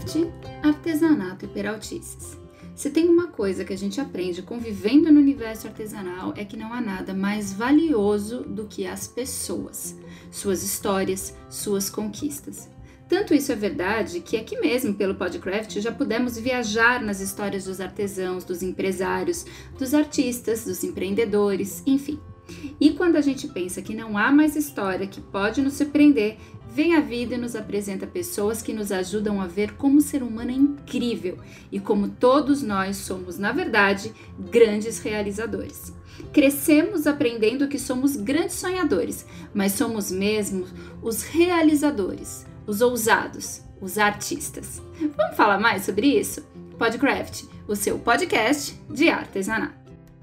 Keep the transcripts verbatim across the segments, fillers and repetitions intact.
Craft, artesanato e peraltices. Se tem uma coisa que a gente aprende convivendo no universo artesanal é que não há nada mais valioso do que as pessoas, suas histórias, suas conquistas. Tanto isso é verdade que aqui mesmo, pelo Podcraft, já pudemos viajar nas histórias dos artesãos, dos empresários, dos artistas, dos empreendedores, enfim. E quando a gente pensa que não há mais história que pode nos surpreender, vem a vida e nos apresenta pessoas que nos ajudam a ver como o ser humano é incrível e como todos nós somos, na verdade, grandes realizadores. Crescemos aprendendo que somos grandes sonhadores, mas somos mesmo os realizadores, os ousados, os artistas. Vamos falar mais sobre isso? Podcraft, o seu podcast de artesanato.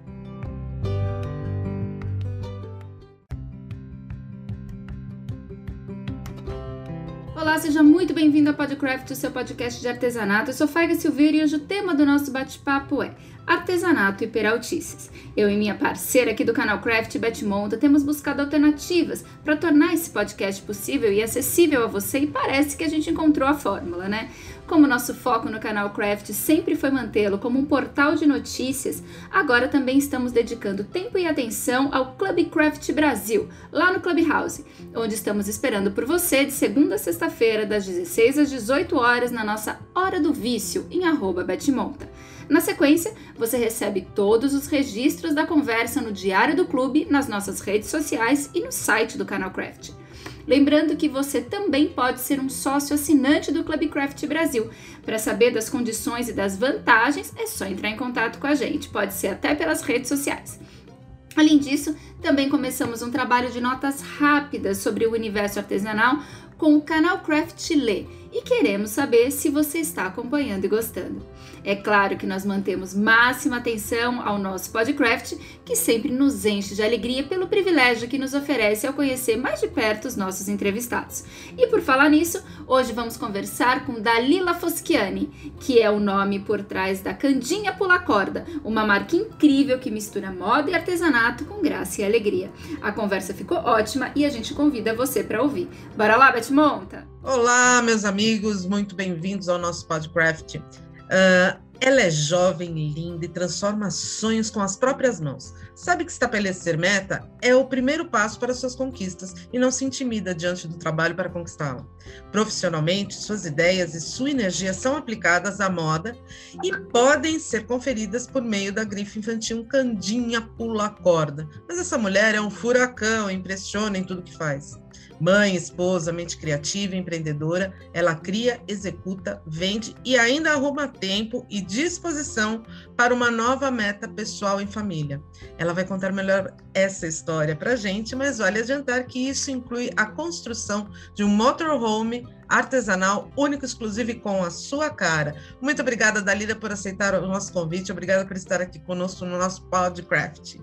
Olá, seja muito bem-vindo ao Podcraft, o seu podcast de artesanato. Eu sou Faiga Silveira e hoje o tema do nosso bate-papo é artesanato e peraltices. Eu e minha parceira aqui do canal Craft, Beth Monta, temos buscado alternativas para tornar esse podcast possível e acessível a você e parece que a gente encontrou a fórmula, né? Como nosso foco no canal Craft sempre foi mantê-lo como um portal de notícias, agora também estamos dedicando tempo e atenção ao Club Craft Brasil, lá no Clubhouse, onde estamos esperando por você de segunda a sexta-feira, das dezesseis às dezoito horas, na nossa Hora do Vício, em arroba betmonta. Na sequência, você recebe todos os registros da conversa no Diário do Clube, nas nossas redes sociais e no site do canal Craft. Lembrando que você também pode ser um sócio assinante do Club Craft Brasil. Para saber das condições e das vantagens, é só entrar em contato com a gente, pode ser até pelas redes sociais. Além disso, também começamos um trabalho de notas rápidas sobre o universo artesanal com o canal Craft Lê e queremos saber se você está acompanhando e gostando. É claro que nós mantemos máxima atenção ao nosso Podcraft, que sempre nos enche de alegria pelo privilégio que nos oferece ao conhecer mais de perto os nossos entrevistados. E por falar nisso, hoje vamos conversar com Dalila Foschiani, que é o nome por trás da Candinha Pula Corda, uma marca incrível que mistura moda e artesanato com graça e alegria. A conversa ficou ótima e a gente convida você para ouvir. Bora lá, Beth Monta? Olá, meus amigos, muito bem-vindos ao nosso Podcraft. Uh, ela é jovem, linda e transforma sonhos com as próprias mãos. Sabe que estabelecer meta é o primeiro passo para suas conquistas e não se intimida diante do trabalho para conquistá-la. Profissionalmente, suas ideias e sua energia são aplicadas à moda e podem ser conferidas por meio da grife infantil Candinha Pula Corda. Mas essa mulher é um furacão, impressiona em tudo que faz. Mãe, esposa, mente criativa e empreendedora, ela cria, executa, vende e ainda arruma tempo e disposição para uma nova meta pessoal e família. Ela vai contar melhor essa história para a gente, mas vale adiantar que isso inclui a construção de um motorhome artesanal único, exclusivo e com a sua cara. Muito obrigada, Dalila, por aceitar o nosso convite. Obrigada por estar aqui conosco no nosso Podcraft.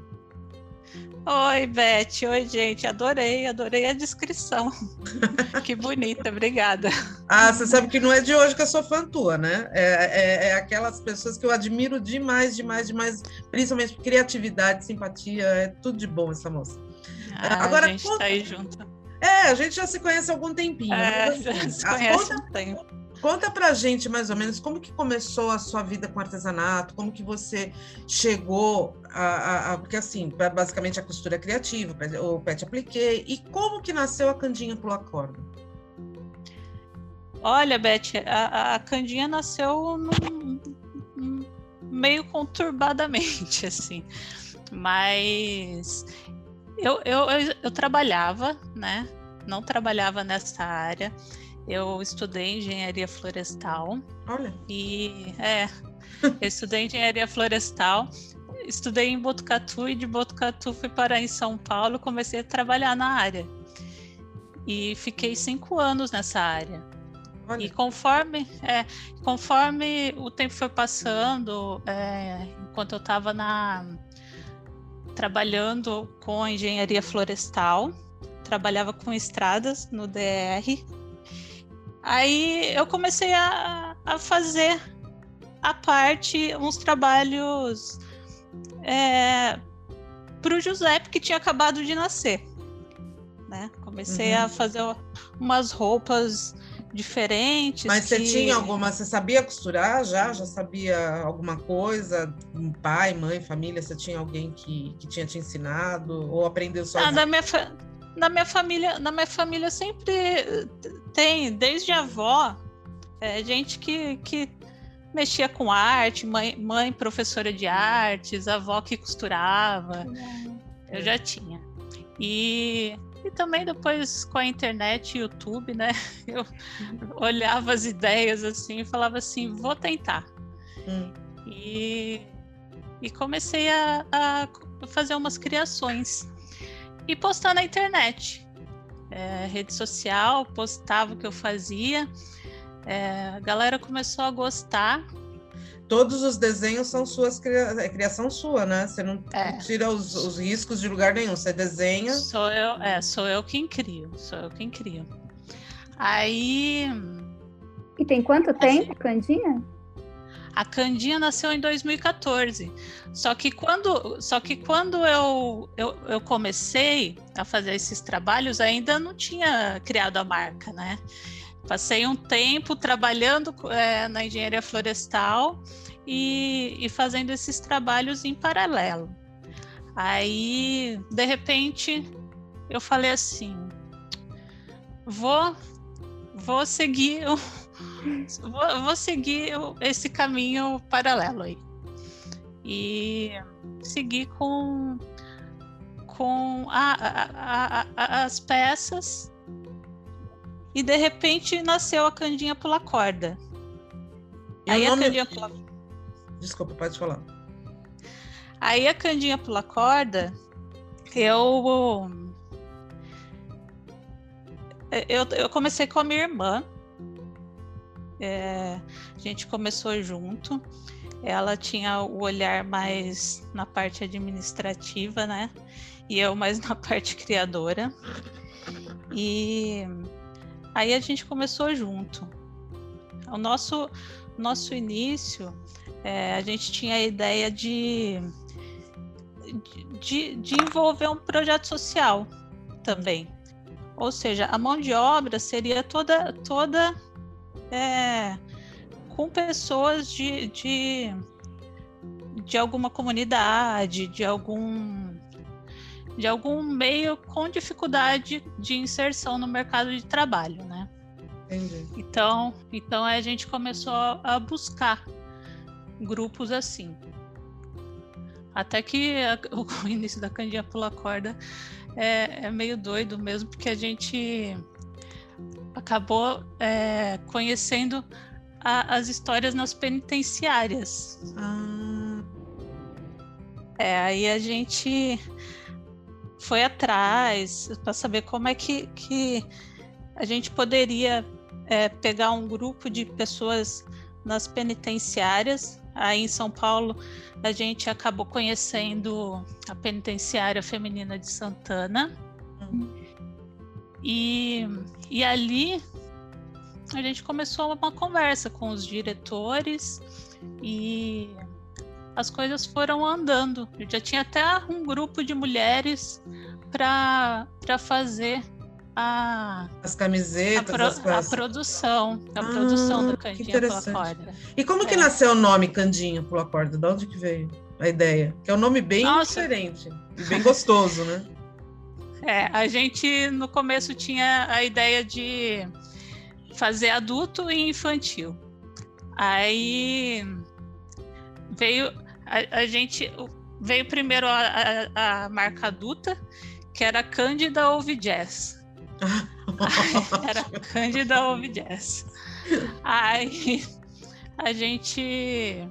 Oi, Beth. Oi, gente. Adorei, adorei a descrição. Que bonita, obrigada. Ah, você sabe que não é de hoje que eu sou fã tua, né? É, é, é aquelas pessoas que eu admiro demais, demais, demais, principalmente por criatividade, simpatia, é tudo de bom essa moça. Ah, Agora, a gente conta... tá aí junto. É, a gente já se conhece há algum tempinho. É, mas, já assim, se conhece há conta... um tempo. Conta pra gente, mais ou menos, como que começou a sua vida com artesanato, como que você chegou a... a, a porque, assim, basicamente a costura criativa, o pet appliqué, e como que nasceu a Candinha Pula Corda? Olha, Beth, a, a Candinha nasceu num, num, meio conturbadamente, assim, mas eu, eu, eu, eu trabalhava, né, não trabalhava nessa área. Eu estudei engenharia florestal. Olha. E é, eu estudei engenharia florestal, estudei em Botucatu e de Botucatu fui parar em São Paulo, comecei a trabalhar na área. E fiquei cinco anos nessa área. Olha. E conforme, é, conforme o tempo foi passando, é, enquanto eu estava na trabalhando com a engenharia florestal, trabalhava com estradas no D R. Aí eu comecei a, a fazer à parte uns trabalhos é, para o Giuseppe, que tinha acabado de nascer, né? Comecei uhum. a fazer umas roupas diferentes. Mas você que... tinha alguma, você sabia costurar já? Já sabia alguma coisa? Um pai, mãe, família, você tinha alguém que, que tinha te ensinado? Ou aprendeu sozinho? Ah, na minha, fa... na minha família, na minha família sempre tem, desde a avó, é, gente que, que mexia com arte, mãe, mãe professora de artes, avó que costurava. É. Eu já tinha. E... E também depois com a internet e YouTube, né? Eu olhava as ideias assim e falava assim, vou tentar. Hum. E, e comecei a, a fazer umas criações. E postar na internet. É, rede social, postava o que eu fazia. É, a galera começou a gostar. Todos os desenhos são suas, é criação sua, né? Você não é. tira os, os riscos de lugar nenhum, você desenha. Sou eu, é, sou eu quem crio, sou eu quem crio. Aí... E tem quanto tempo, Candinha? A Candinha nasceu em dois mil e quatorze. Só que quando, só que quando eu, eu, eu comecei a fazer esses trabalhos, ainda não tinha criado a marca, né? Passei um tempo trabalhando é, na engenharia florestal e, e fazendo esses trabalhos em paralelo. Aí, de repente, eu falei assim, vou, vou seguir, vou, vou seguir esse caminho paralelo aí. E seguir com, com a, a, a, a, as peças. E de repente nasceu a Candinha Pula Corda. E aí nome... a Candinha Pula... Desculpa, pode falar. Aí a Candinha Pula Corda, eu... eu eu comecei com a minha irmã. É... A gente começou junto. Ela tinha o olhar mais na parte administrativa, né? E eu mais na parte criadora. E aí a gente começou junto. O nosso, nosso início, é, a gente tinha a ideia de, de, de envolver um projeto social também. Ou seja, a mão de obra seria toda, toda é, com pessoas de, de, de alguma comunidade, de algum... de algum meio com dificuldade de inserção no mercado de trabalho, né? Entendi. Então, então a gente começou a buscar grupos assim. Até que a, o início da Candinha Pula Corda é, é meio doido mesmo, porque a gente acabou é, conhecendo a, as histórias nas penitenciárias. Ah. É, aí a gente... foi atrás para saber como é que, que a gente poderia é, pegar um grupo de pessoas nas penitenciárias. Aí em São Paulo a gente acabou conhecendo a penitenciária feminina de Santana. Uhum. E, e ali a gente começou uma conversa com os diretores e as coisas foram andando. Eu já tinha até um grupo de mulheres para fazer a, as camisetas, a, pro, as a produção, a ah, produção da Candinha Pula Corda. E como que é. nasceu o nome Candinha Pula Corda? De onde que veio a ideia? Que é um nome bem Nossa. diferente e bem gostoso, né? É, a gente no começo tinha a ideia de fazer adulto e infantil. Aí veio a, a gente veio primeiro a, a, a marca adulta, que era Cândida Ouve Jazz. Era Cândida Ouve Jazz. Aí a gente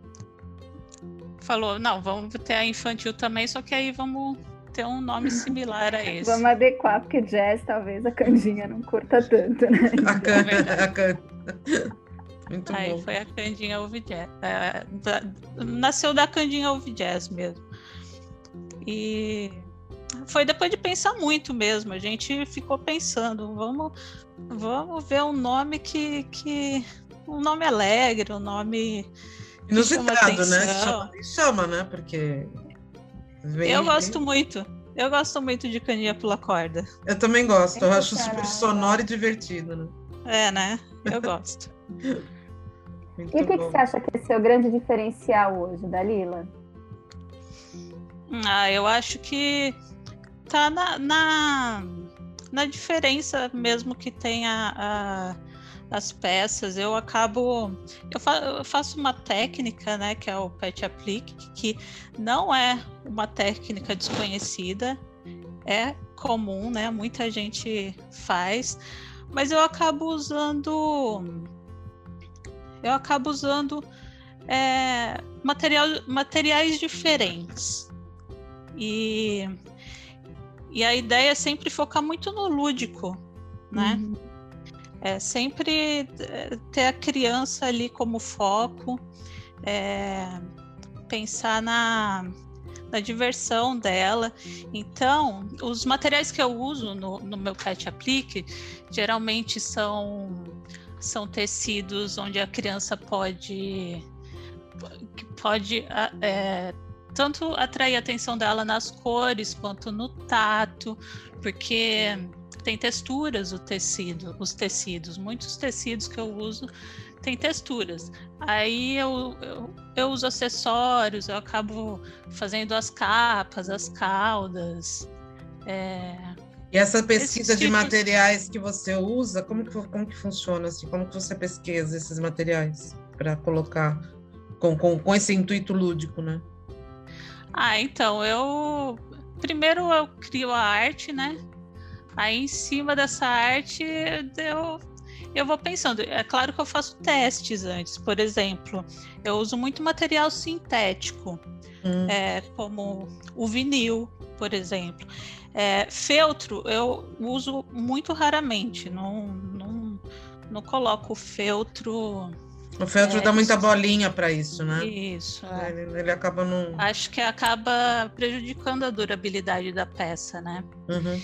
falou, não, vamos ter a infantil também, só que aí vamos ter um nome similar a esse. Vamos adequar, porque jazz talvez a Candinha não curta tanto, né? A Cândida, a Cândida. Muito aí bom. Foi a Candinha Ouve Jazz. É, da, nasceu da Candinha Ouve Jazz mesmo. E foi depois de pensar muito mesmo. A gente ficou pensando, vamos, vamos ver um nome que, que um nome alegre, um nome inusitado, né? Chama, chama, né? Porque vem, eu gosto vem... muito. Eu gosto muito de Candinha Pula Corda. Eu também gosto. Eu, eu acho super sonoro e divertido, né? É, né? Eu gosto. Muito e o que, que você acha que é seu grande diferencial hoje, Dalila? Ah, eu acho que tá na, na, na diferença mesmo que tem a, a, as peças. Eu acabo... Eu, fa, eu faço uma técnica, né, que é o Pet Applique, que não é uma técnica desconhecida, é comum, né? Muita gente faz, mas eu acabo usando... Eu acabo usando é, material, materiais diferentes. E, e a ideia é sempre focar muito no lúdico, né? Uhum. É sempre ter a criança ali como foco, é, pensar na, na diversão dela. Então, os materiais que eu uso no, no meu Pet Applique geralmente são, são tecidos onde a criança pode, pode é, tanto atrair a atenção dela nas cores quanto no tato, porque tem texturas o tecido, os tecidos, muitos tecidos que eu uso tem texturas. Aí eu, eu, eu uso acessórios, eu acabo fazendo as capas, as caudas. É... E essa pesquisa de tipos... materiais que você usa, como que, como que funciona? Assim? Como que você pesquisa esses materiais para colocar com, com, com esse intuito lúdico, né? Ah, então, eu... Primeiro eu crio a arte, né? Aí, em cima dessa arte, eu, eu vou pensando. É claro que eu faço testes antes. Por exemplo, eu uso muito material sintético, hum. é, como o vinil, por exemplo. É, feltro, eu uso muito raramente. Não, não, não coloco feltro... O feltro é, dá muita bolinha para isso, né? Isso. É. Ele, ele acaba não... Acho que acaba prejudicando a durabilidade da peça, né? Uhum.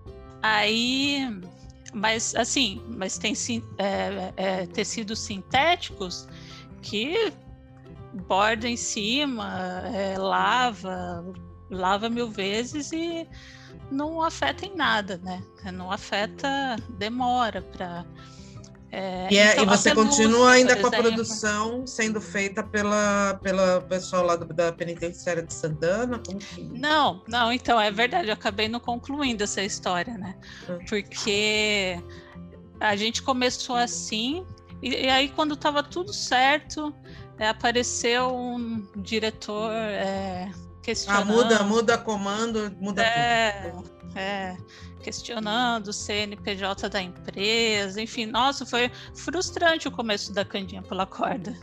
Aí, mas assim, mas tem é, é, tecidos sintéticos que borda em cima, é, lava, lava mil vezes e não afeta em nada, né? Não afeta, demora para... É, e, é, então, e você continua ainda com a produção sendo feita pela, pela pessoal lá do, da Penitenciária de Santana? Como que... Não, não, então, é verdade, eu acabei não concluindo essa história, né? Hum. Porque a gente começou assim, e, e aí quando estava tudo certo, é, apareceu um diretor é, questionando... Ah, muda, muda comando, muda é, tudo. É, questionando o C N P J da empresa, enfim, nossa, foi frustrante o começo da Candinha Pula Corda.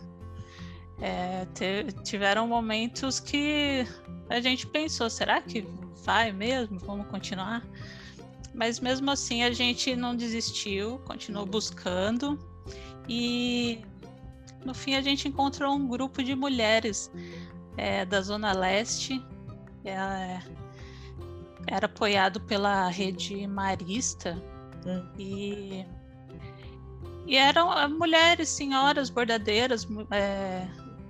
É, te, tiveram momentos que a gente pensou, será que vai mesmo? Vamos continuar? Mas mesmo assim a gente não desistiu, continuou buscando e no fim a gente encontrou um grupo de mulheres é, da Zona Leste, é, era apoiado pela Rede Marista hum. e, e eram mulheres, senhoras bordadeiras é,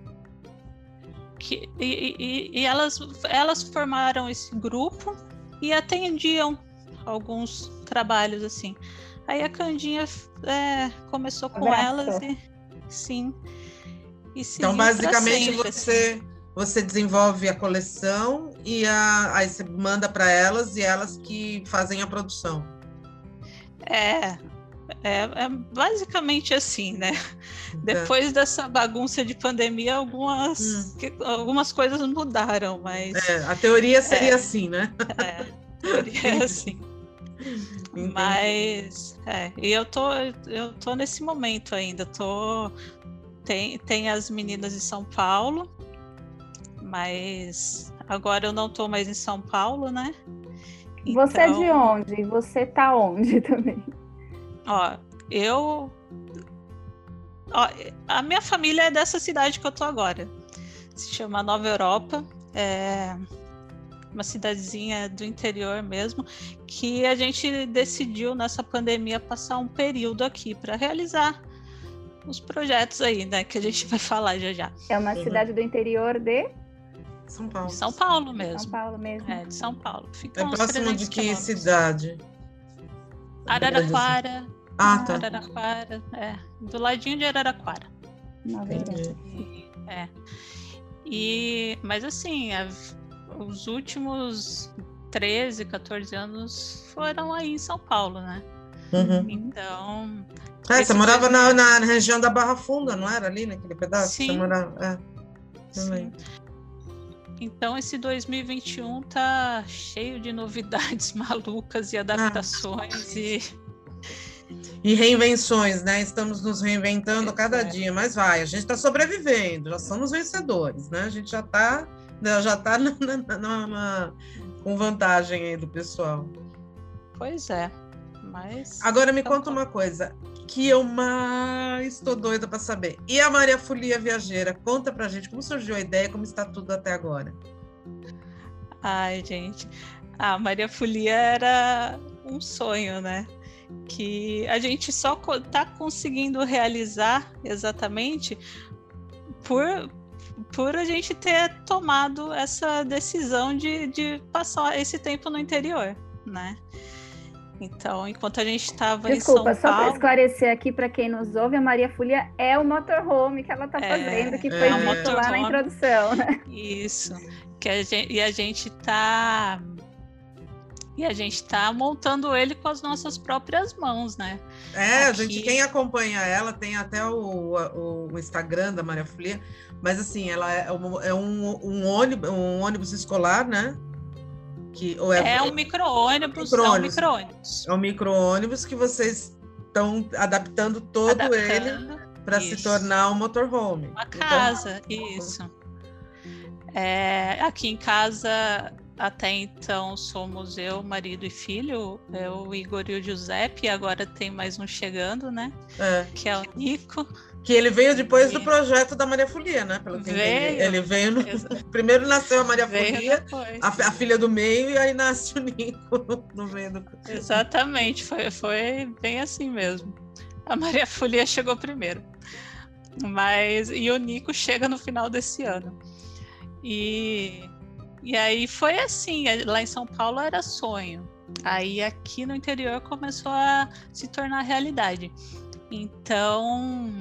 que, e, e, e elas, elas formaram esse grupo e atendiam alguns trabalhos assim. Aí a Candinha é, começou com Graça. elas e sim. E então basicamente você assim. Você desenvolve a coleção e a, aí você manda para elas e elas que fazem a produção. É, é, é basicamente assim, né? É. Depois dessa bagunça de pandemia, algumas, hum. que, algumas coisas mudaram, mas... É, a teoria seria é, assim, né? É, a teoria é assim. Entendi. Mas, é, e eu tô, eu tô nesse momento ainda, tô... Tem, tem as meninas de São Paulo, mas agora eu não tô mais em São Paulo, né? Então, você é de onde? Você tá onde também? Ó, eu... Ó, a minha família é dessa cidade que eu tô agora. Se chama Nova Europa. É uma cidadezinha do interior mesmo, que a gente decidiu nessa pandemia passar um período aqui para realizar os projetos aí, né? Que a gente vai falar já já. É uma uhum. cidade do interior de... São Paulo. De São Paulo mesmo. São Paulo mesmo. É, de São Paulo. Fica é próximo de que cidade? Araraquara. Ah, tá. Araraquara, é, do ladinho de Araraquara. Na verdade. E, é. E, mas assim, a, os últimos treze, quatorze anos foram aí em São Paulo, né? Uhum. Então... É, você morava dois mil... na, na região da Barra Funda, não era? Ali naquele pedaço? Sim. Você morava... É, Sim. Então esse dois mil e vinte e um tá cheio de novidades malucas e adaptações ah. e... E reinvenções, né? Estamos nos reinventando Exato. cada dia, mas vai, a gente está sobrevivendo, já somos vencedores, né? A gente já está já tá na, na, na, na, com vantagem aí do pessoal. Pois é, mas... Agora me conta uma coisa, que eu mais estou doida para saber. E a Maria Folia Viajeira? Conta pra gente como surgiu a ideia, como está tudo até agora. Ai, gente, a Maria Folia era um sonho, né? Que a gente só está conseguindo realizar exatamente por, por a gente ter tomado essa decisão de, de passar esse tempo no interior, né? Então, enquanto a gente estava em São Paulo... Desculpa, só para esclarecer aqui para quem nos ouve, a Maria Folia é o motorhome que ela está é, fazendo, que foi é, dito lá na introdução, né? Isso, que a gente, e a gente está... E a gente está montando ele com as nossas próprias mãos, né? É, a gente, quem acompanha ela tem até o, o, o Instagram da Maria Folia, mas assim, ela é um, é um, um, ônibus, um ônibus escolar, né? Que, ou é, é um micro-ônibus, é um micro-ônibus. É um micro-ônibus que vocês estão adaptando todo adaptando, ele para se tornar um motorhome. Uma casa, então... isso. É, aqui em casa... Até então somos eu, marido e filho, é o Igor e o Giuseppe, e agora tem mais um chegando, né? É. Que é o Nico. Que ele veio depois e... do projeto da Maria Folia, né? Pelo que veio. Ele veio no... Primeiro nasceu a Maria Folia, a, a filha do meio, e aí nasce o Nico no, no meio do... Exatamente, foi, foi bem assim mesmo. A Maria Folia chegou primeiro. Mas... E o Nico chega no final desse ano. E... E aí foi assim, lá em São Paulo era sonho. Aí aqui no interior começou a se tornar realidade. Então,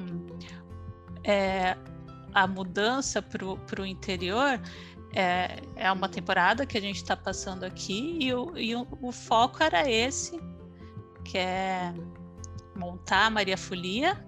é, a mudança para o interior é, é uma temporada que a gente está passando aqui e, o, e o, o foco era esse, que é montar a Maria Folia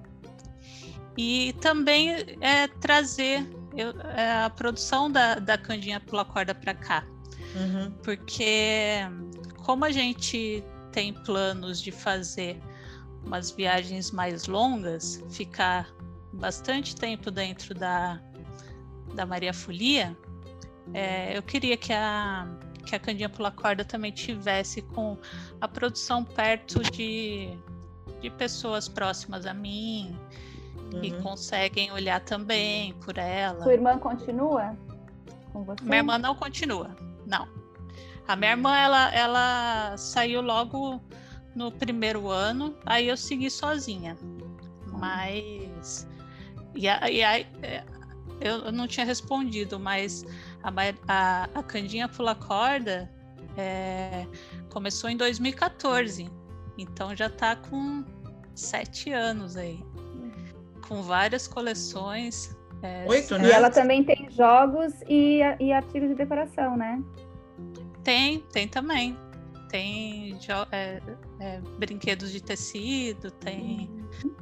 e também é, trazer... Eu, a produção da, da Candinha Pula Corda para cá, uhum. Porque como a gente tem planos de fazer umas viagens mais longas, ficar bastante tempo dentro da, da Maria Folia, é, eu queria que a, que a Candinha Pula Corda também tivesse com a produção perto de, de pessoas próximas a mim, e uhum. conseguem olhar também por ela. Sua irmã continua com você? Minha irmã não continua, não. A minha irmã, ela, ela saiu logo no primeiro ano, aí eu segui sozinha. Uhum. Mas... E aí eu não tinha respondido, mas a, a, a Candinha Pula Corda é, começou em dois mil e quatorze, então já está com sete anos aí. Com várias coleções. É, Oito, né? E ela também tem jogos e, e artigos de decoração, né? Tem, tem também. Tem é, é, brinquedos de tecido, tem. Uhum.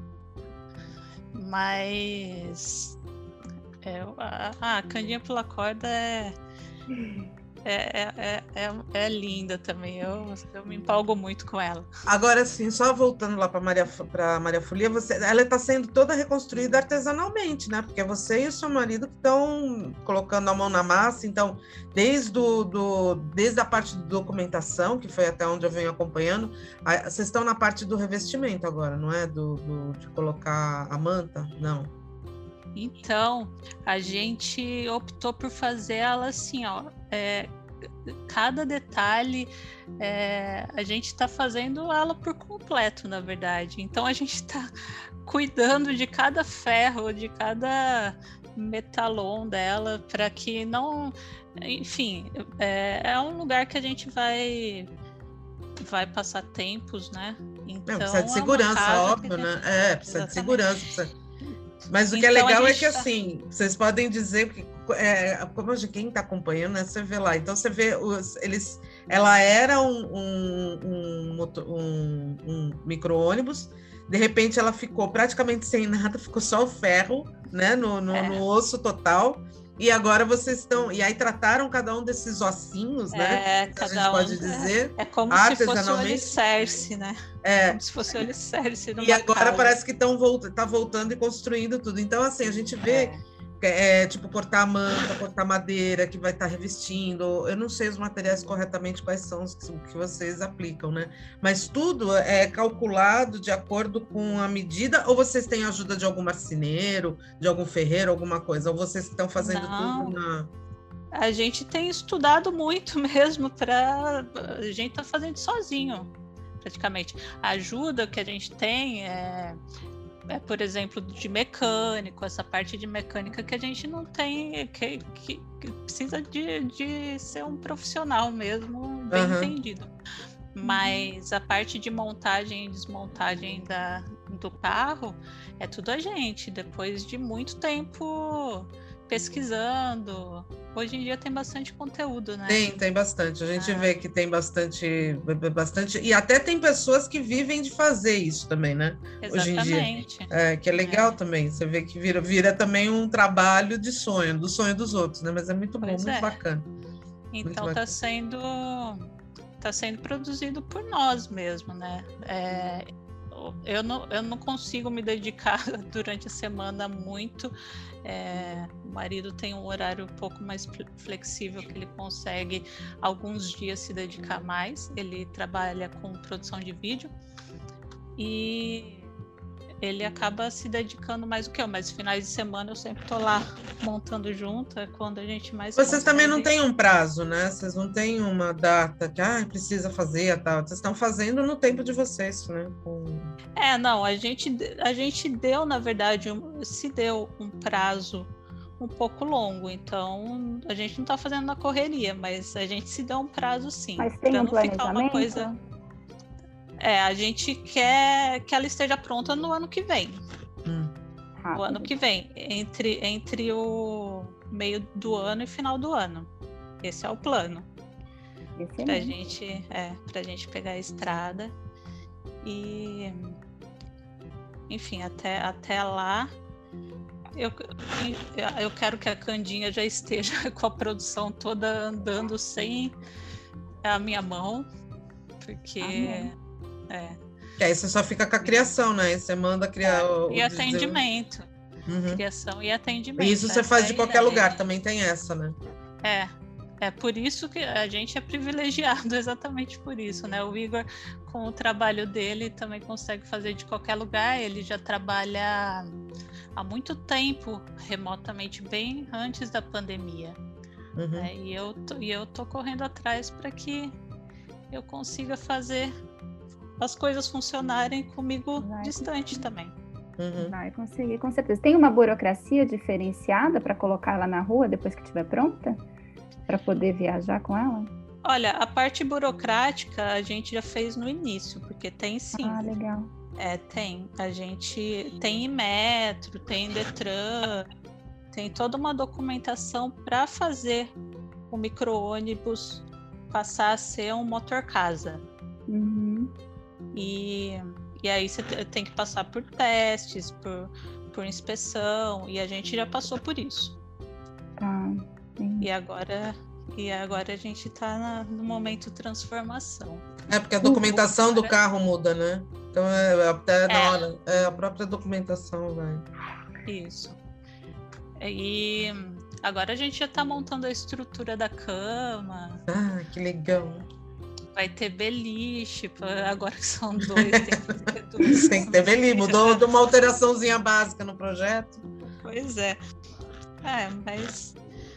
Mas é, a, a Candinha Pula Corda é, é, é, é, é linda também. Eu, eu me empolgo muito com ela. Agora sim, só voltando lá para Maria, para Maria Folia, você, ela está sendo toda reconstruída artesanalmente, né? Porque você e o seu marido que estão colocando a mão na massa. Então, desde, do, do, desde a parte de documentação, que foi até onde eu venho acompanhando, a, vocês estão na parte do revestimento agora, não é? Do, do, de colocar a manta? Não. Então, a gente optou por fazer ela assim, ó. É, cada detalhe, é, a gente está fazendo ela por completo, na verdade. Então, a gente está cuidando de cada ferro, de cada metalon dela, para que não... Enfim, é, é um lugar que a gente vai... vai passar tempos, né? Então, Não, precisa de segurança, é óbvio, gente... né? É, precisa Exatamente. de segurança. Precisa... Mas o que então, é legal é que, tá... assim, vocês podem dizer que, é, como de quem está acompanhando, né? Você vê lá. Então, você vê, os, eles, ela era um, um, um, um, um micro-ônibus, de repente ela ficou praticamente sem nada, ficou só o ferro, né? No, no, é. no osso total. E agora vocês estão... E aí trataram cada um desses ossinhos, né? É, que cada a gente um, pode dizer. É, é como se fosse o alicerce, né? É. Como se fosse o alicerce de uma E agora casa. parece que estão volt... tá voltando e construindo tudo. Então, assim, a gente vê... É. É, tipo, cortar a manta, cortar madeira, que vai estar tá revestindo. Eu não sei os materiais corretamente quais são os que vocês aplicam, né? Mas tudo é calculado de acordo com a medida, ou vocês têm ajuda de algum marceneiro, de algum ferreiro, alguma coisa? Ou vocês estão fazendo não. tudo na... A gente tem estudado muito mesmo para... A gente tá fazendo sozinho, praticamente. A ajuda que a gente tem é... É, por exemplo, de mecânico, essa parte de mecânica que a gente não tem, que, que, que precisa de, de ser um profissional mesmo, bem uhum. entendido. Mas a parte de montagem e desmontagem da, do carro é tudo a gente, depois de muito tempo pesquisando. Hoje em dia tem bastante conteúdo, né? Tem, tem bastante. A gente ah. vê que tem bastante, bastante... E até tem pessoas que vivem de fazer isso também, né? Exatamente. Hoje em dia. É, que é legal é. também. Você vê que vira, vira também um trabalho de sonho, do sonho dos outros, né? Mas é muito pois bom, é. muito bacana. Então está sendo, tá sendo produzido por nós mesmo, né? É... Eu não, eu não consigo me dedicar durante a semana muito. É, o marido tem um horário um pouco mais flexível, que ele consegue alguns dias se dedicar mais. Ele trabalha com produção de vídeo e ele acaba se dedicando mais do que eu, mas finais de semana eu sempre tô lá montando junto, é quando a gente mais Vocês consegue. também não têm um prazo, né? Vocês não têm uma data que ah, precisa fazer a tal. Vocês estão fazendo no tempo de vocês, né? Com... É, não, a gente, a gente deu, na verdade, um, se deu um prazo um pouco longo, então a gente não tá fazendo na correria, mas a gente se deu um prazo sim. Mas tem um não ficar uma coisa... É, a gente quer que ela esteja pronta no ano que vem. Hum. O ano que vem, entre, entre o meio do ano e final do ano. Esse é o plano. Esse pra é gente, é, pra gente pegar a estrada. E enfim, até, até lá eu, eu quero que a Candinha já esteja com a produção toda andando sem a minha mão. Porque... Amém. É. E aí você só fica com a criação, né? Você manda criar é. o... E atendimento. Uhum. Criação e atendimento. E isso você faz de qualquer lugar, também tem essa, né? É. É por isso que a gente é privilegiado, exatamente por isso, né? O Igor, com o trabalho dele, também consegue fazer de qualquer lugar. Ele já trabalha há muito tempo remotamente, bem antes da pandemia. Uhum. Né? E, eu tô, e eu tô correndo atrás para que eu consiga fazer as coisas funcionarem comigo Vai. distante também. Uhum. Vai conseguir, com certeza. Tem uma burocracia diferenciada para colocar ela na rua depois que estiver pronta? Para poder viajar com ela? Olha, a parte burocrática a gente já fez no início, porque tem sim. Ah, legal. É, tem. A gente tem Inmetro, tem Detran, tem toda uma documentação para fazer o micro-ônibus passar a ser um motor-casa. Uhum. E, e aí você tem que passar por testes, por, por inspeção, e a gente já passou por isso. Tá. E agora, e agora a gente está no momento transformação. É, porque a documentação do carro muda, né? Então, é, até na é. hora, é a própria documentação, vai. Isso. E agora a gente já está montando a estrutura da cama. Ah, que legal. Vai ter beliche, agora que são dois, tem que ter dois. Tem que ter beliche, mudou de uma alteraçãozinha básica no projeto. Pois é. É, mas...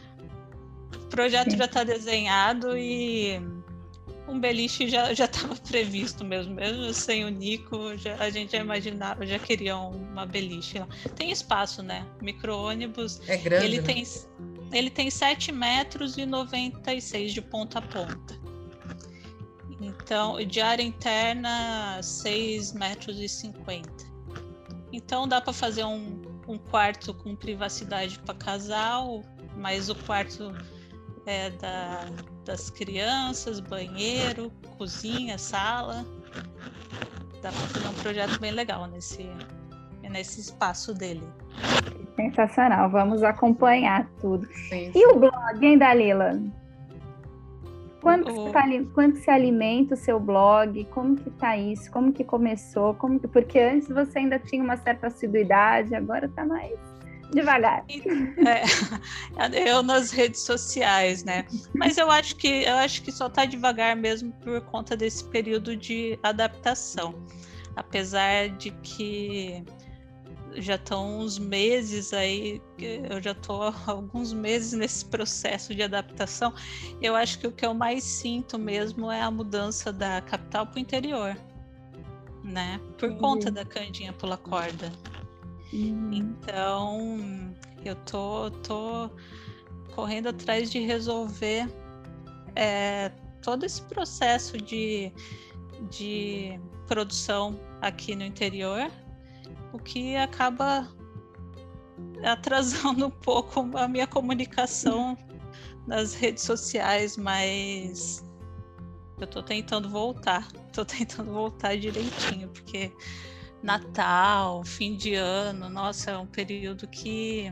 O projeto Sim. já está desenhado e um beliche já estava previsto mesmo, mesmo sem o Nico, já, a gente já imaginava, já queria uma beliche lá. Tem espaço, né? Micro-ônibus. É grande, ele né? tem Ele tem sete metros e noventa e seis de ponta a ponta. Então, de área interna, seis metros e cinquenta. Então dá para fazer um, um quarto com privacidade para casal, mas o quarto é da, das crianças, banheiro, cozinha, sala. Dá para fazer um projeto bem legal nesse, nesse espaço dele. Sensacional, vamos acompanhar tudo. Sim, E o blog, hein, Dalila? Quando, O- você tá, ali- quando você alimenta o seu blog? Como que tá isso? Como que começou? Como que, porque antes você ainda tinha uma certa assiduidade, agora tá mais devagar. É, eu nas redes sociais, né? Mas eu acho que eu acho que só tá devagar mesmo por conta desse período de adaptação. Apesar de que já estão uns meses aí, eu já estou há alguns meses nesse processo de adaptação. Eu acho que o que eu mais sinto mesmo é a mudança da capital para o interior, né? Por Entendi. conta da Candinha Pula Corda. Uhum. Então, eu tô, tô correndo atrás de resolver é, todo esse processo de, de produção aqui no interior, o que acaba atrasando um pouco a minha comunicação nas redes sociais, mas eu tô tentando voltar, tô tentando voltar direitinho, porque Natal, fim de ano, nossa, é um período que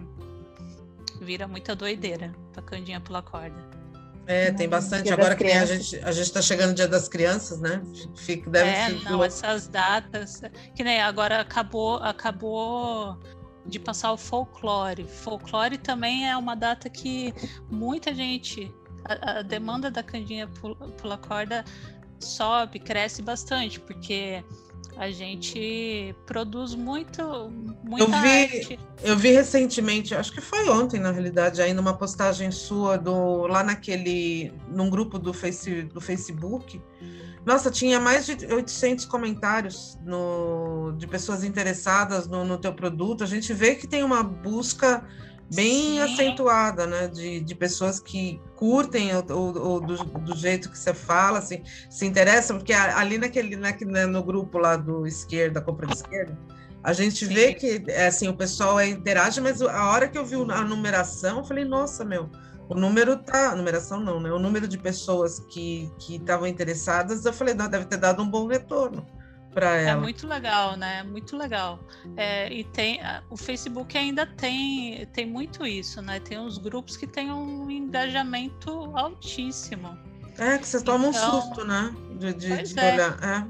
vira muita doideira pra Candinha Pula Corda. É, tem Hum, bastante. Dia Agora das que nem a Crianças. gente, a gente tá chegando no Dia das Crianças, né? Fica, deve É, ficar não, louco. essas datas, que nem agora acabou, acabou de passar o folclore. Folclore também é uma data que muita gente, a, a demanda da Candinha Pula, Pula Corda sobe, cresce bastante, porque a gente produz muito, muita Eu vi, arte. eu vi recentemente, acho que foi ontem, na realidade, ainda uma postagem sua do, lá naquele, num grupo do, face, do Facebook. Nossa, tinha mais de oitocentos comentários no, de pessoas interessadas no, no teu produto. A gente vê que tem uma busca bem Sim. acentuada, né? De, de pessoas que curtem o, o, o do, do jeito que você fala, assim, se interessam, porque ali naquele, naquele, né, no grupo lá do esquerda, compra de esquerda, a gente Sim. vê que assim, o pessoal é, interage, mas a hora que eu vi a numeração, eu falei, nossa, meu, o número tá. Numeração não, né? O número de pessoas que estavam interessadas, eu falei, não, deve ter dado um bom retorno para É ela. muito legal, né? Muito legal. É, e tem o Facebook ainda tem, tem muito isso, né? Tem uns grupos que têm um engajamento altíssimo. É, que você toma Então, um susto, né? De, de, pois de é. olhar. É.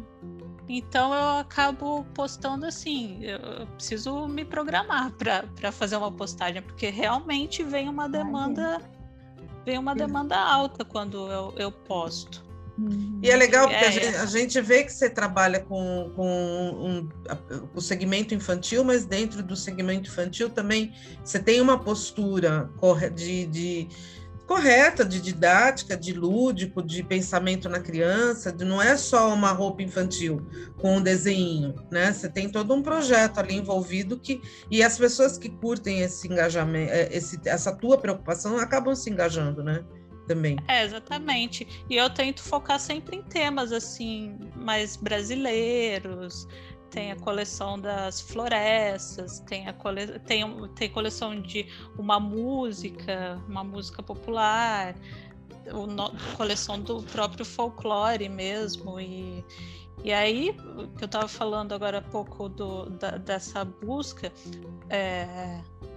Então eu acabo postando assim, eu eu preciso me programar para fazer uma postagem, porque realmente vem uma demanda, vem uma demanda alta quando eu, eu posto. Uhum. E é legal porque É, a, gente, a gente vê que você trabalha com, com um, o segmento infantil, mas dentro do segmento infantil também você tem uma postura de, de, correta, de didática, de lúdico, de pensamento na criança, de, não é só uma roupa infantil com um desenho, né? Você tem todo um projeto ali envolvido que, e as pessoas que curtem esse engajamento, esse, essa tua preocupação acabam se engajando, né? Também. É, exatamente. E eu tento focar sempre em temas assim mais brasileiros. Tem a coleção das florestas, tem a cole... tem, tem coleção de uma música, uma música popular, o no... coleção do próprio folclore mesmo. E, e aí, que eu estava falando agora há pouco do, da, dessa busca, é...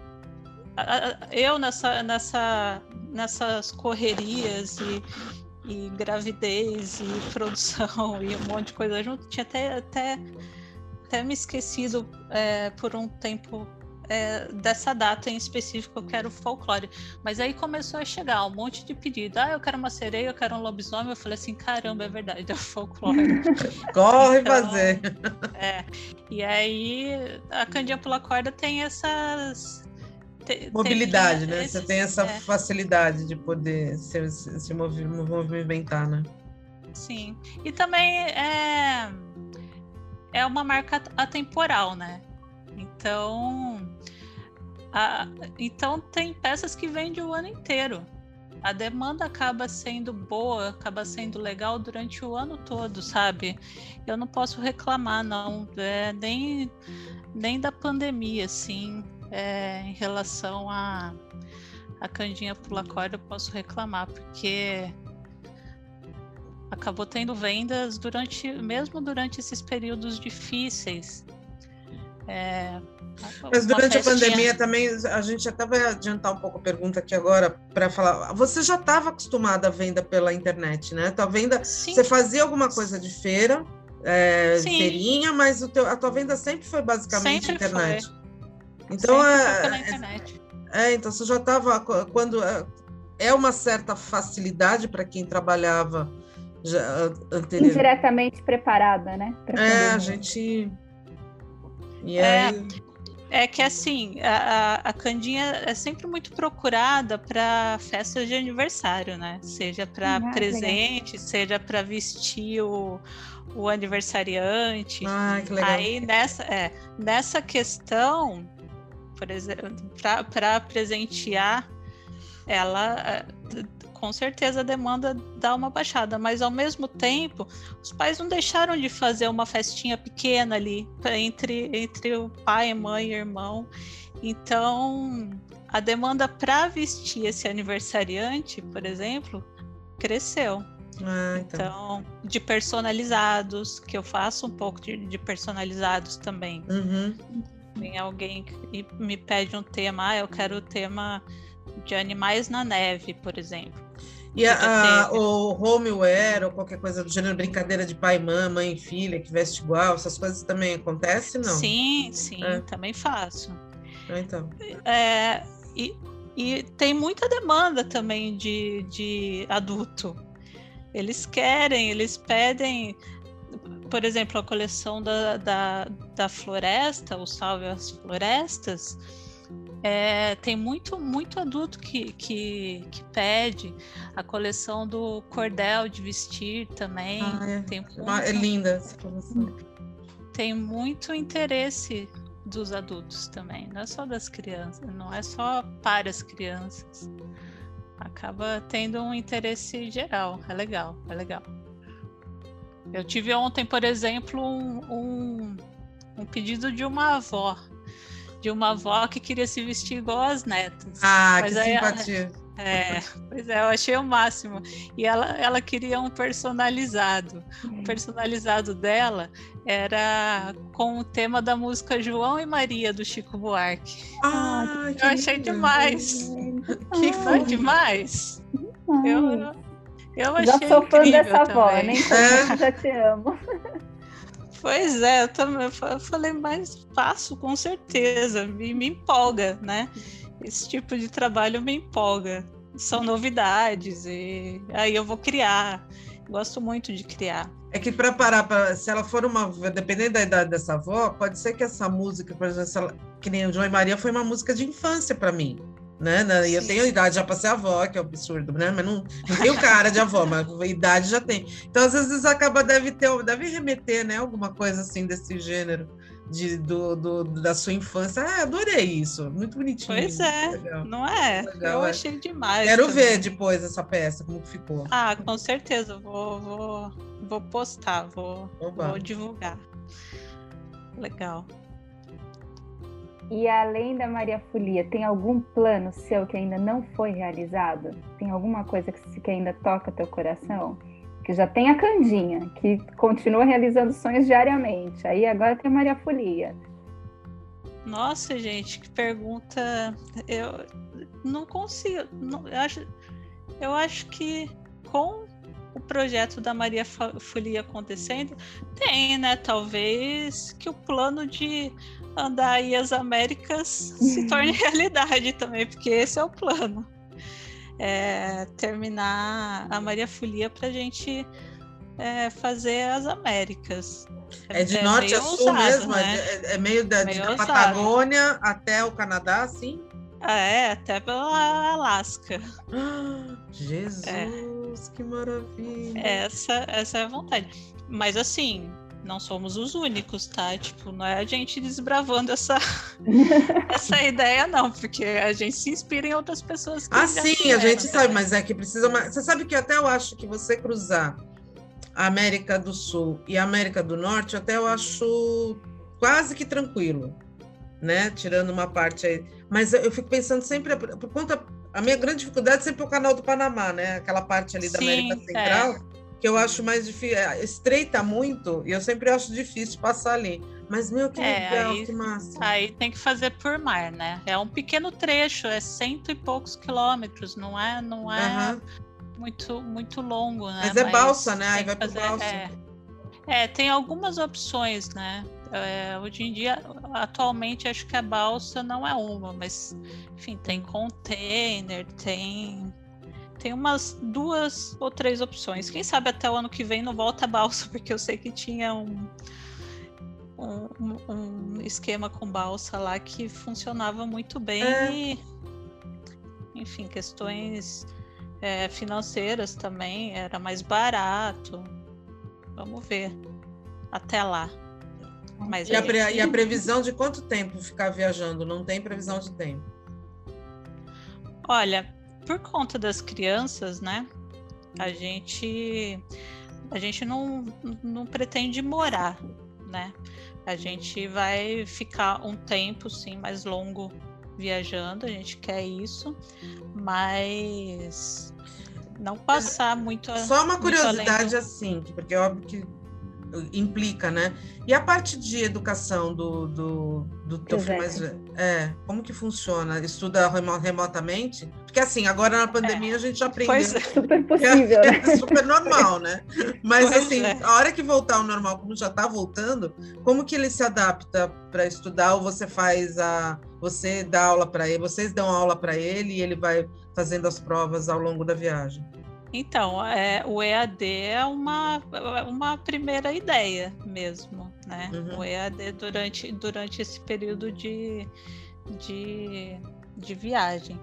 eu nessa, nessa, nessas correrias e, e gravidez e produção e um monte de coisa junto, tinha até, até, até me esquecido é, por um tempo é, dessa data em específico, eu quero folclore. Mas aí começou a chegar um monte de pedido. Ah, eu quero uma sereia, eu quero um lobisomem. Eu falei assim, caramba, é verdade, é folclore. Corre então, fazer! É, e aí a Candinha Pula Corda tem essas... mobilidade, tem, né? esses, Você tem essa é, facilidade de poder se, se, se movimentar, né? Sim. E também é, é uma marca atemporal, né? Então, a, então tem peças que vendem o ano inteiro. a demanda acaba sendo boa, acaba sendo legal durante o ano todo, sabe? Eu não posso reclamar, não, é, nem, nem da pandemia, assim, é, em relação a, a Candinha Pula Corda, eu posso reclamar, porque acabou tendo vendas durante, mesmo durante esses períodos difíceis. É, Mas durante festinha... a pandemia também, a gente até vai adiantar um pouco a pergunta aqui agora para falar. Você já estava acostumada à venda pela internet, né? Tua venda, Sim. Você fazia alguma coisa de feira, é, Sim. feirinha, mas o teu, a tua venda sempre foi basicamente sempre internet. Foi. Então sempre é, foi pela internet. É, então você já estava quando é uma certa facilidade para quem trabalhava já, anterior. Indiretamente preparada, né? É, a gente. E é, aí... é que assim, a, a Candinha é sempre muito procurada para festas de aniversário, né? Seja para Ah, presente, legal. Seja para vestir o, o aniversariante. Ah, que legal. Aí nessa, é, nessa questão, por exemplo, para presentear, ela com certeza a demanda dá uma baixada, mas ao mesmo tempo os pais não deixaram de fazer uma festinha pequena ali entre, entre o pai, mãe e irmão. Então a demanda para vestir esse aniversariante, por exemplo, cresceu. Ah, então. então, de personalizados, que eu faço um pouco de, de personalizados também. Uhum. Tem alguém que me pede um tema, ah, eu quero o tema de animais na neve, por exemplo. E a, a, o homeware ou qualquer coisa do gênero, brincadeira de pai, mãe, mãe e filha que veste igual, essas coisas também acontecem, não? Sim, sim, é. Também faço. Ah, então. É, e, e tem muita demanda também de, de adulto. Eles querem, eles pedem, por exemplo, a coleção da, da, da Floresta, o Salve às Florestas. É, tem muito, muito adulto que, que, que pede a coleção do cordel de vestir também. Ah, é. Tem muito, é linda essa coleção. Tem muito interesse dos adultos também, não é só das crianças, não é só para as crianças. Acaba tendo um interesse geral, é legal, é legal. Eu tive ontem, por exemplo, um, um, um pedido de uma avó. De uma avó que queria se vestir igual às netas. Ah, Mas que simpatia. Ela, é, pois é, eu achei o máximo. E ela, ela queria um personalizado. O personalizado dela era com o tema da música João e Maria, do Chico Buarque. Ah, eu achei lindo. Demais. Que foi demais. Eu, eu achei já sou fã dessa avó, também. nem é. Já te amo. Pois é, eu também eu falei, mas faço com certeza, me, me empolga, né? Esse tipo de trabalho me empolga. São novidades e aí eu vou criar. Gosto muito de criar. É que para parar, pra, se ela for uma, dependendo da idade dessa avó, pode ser que essa música, por exemplo, ela, que nem o João e Maria, foi uma música de infância para mim. Né? E eu tenho idade já para ser avó, que é um absurdo, né? Mas não, não tenho cara de avó, mas a idade já tem. Então, às vezes, acaba, deve ter, deve remeter, né? Alguma coisa assim desse gênero de, do, do, da sua infância. Ah, adorei isso, muito bonitinho. Pois é, legal. Não é? Legal, eu é. achei demais. Quero também. ver depois essa peça, como ficou. Ah, com certeza, vou, vou, vou postar, vou, vou divulgar. Legal. E além da Maria Folia, tem algum plano seu que ainda não foi realizado? Tem alguma coisa que, que ainda toca teu coração? Que já tem a Candinha, que continua realizando sonhos diariamente. Aí agora tem a Maria Folia. Nossa, gente, que pergunta. Eu não consigo. Não, eu, acho, eu acho que com o projeto da Maria Folia acontecendo, tem, né? Talvez que o plano de andar aí as Américas se torne realidade também, porque esse é o plano. É terminar a Maria Folia pra gente é, fazer as Américas. É de é norte a sul ousado, mesmo? Né? É, é meio da, meio da Patagônia até o Canadá, assim? É, até pela Alasca. Ah, Jesus, é. Que maravilha! Essa, essa é a vontade. Mas assim, não somos os únicos, tá? Tipo, não é a gente desbravando essa, essa ideia, não, porque a gente se inspira em outras pessoas que Ah, já sim, fizeram, a gente tá? sabe, mas é que precisa... Uma... Você sabe que até eu acho que você cruzar a América do Sul e a América do Norte, até eu acho quase que tranquilo, né? Tirando uma parte aí. Mas eu fico pensando sempre, por conta... A minha grande dificuldade é sempre o Canal do Panamá, né? Aquela parte ali da Sim, América Central, é. que eu acho mais difícil, estreita muito, e eu sempre acho difícil passar ali. Mas, meu, que É, legal, aí, que massa. aí tem que fazer por mar, né? É um pequeno trecho, é cento e poucos quilômetros, não é, não é Uhum. muito, muito longo, né? Mas é balsa, né? Aí vai fazer, por balsa. É, é, tem algumas opções, né? É, hoje em dia, atualmente, acho que a balsa não é uma, mas, enfim, tem container, tem... Tem umas duas ou três opções. Quem sabe até o ano que vem não volta a balsa, porque eu sei que tinha um, um, um esquema com balsa lá que funcionava muito bem É. e, enfim, questões é, financeiras também, era mais barato. Vamos ver até lá. Mas E a, a pre- gente... e a previsão de quanto tempo ficar viajando? Não tem previsão de tempo. Olha, por conta das crianças, né? A gente, a gente não, não pretende morar, né? A gente vai ficar um tempo, sim, mais longo viajando. A gente quer isso, mas não passar muito. Só uma muito curiosidade do... assim, porque é óbvio que implica, né? E a parte de educação do, do, do teu filho mais velho? É, como que funciona? Estuda remo- remotamente? Porque assim, agora na pandemia é. a gente aprendeu. Pois é. Super possível, é, né? É super normal, né? Mas Pois assim, é. a hora que voltar ao normal, como já está voltando, como que ele se adapta para estudar? Ou você faz a... Você dá aula para ele, vocês dão aula para ele e ele vai fazendo as provas ao longo da viagem? Então, é, o E A D é uma, uma primeira ideia mesmo, né? Uhum. O E A D durante, durante esse período de, de, de viagem.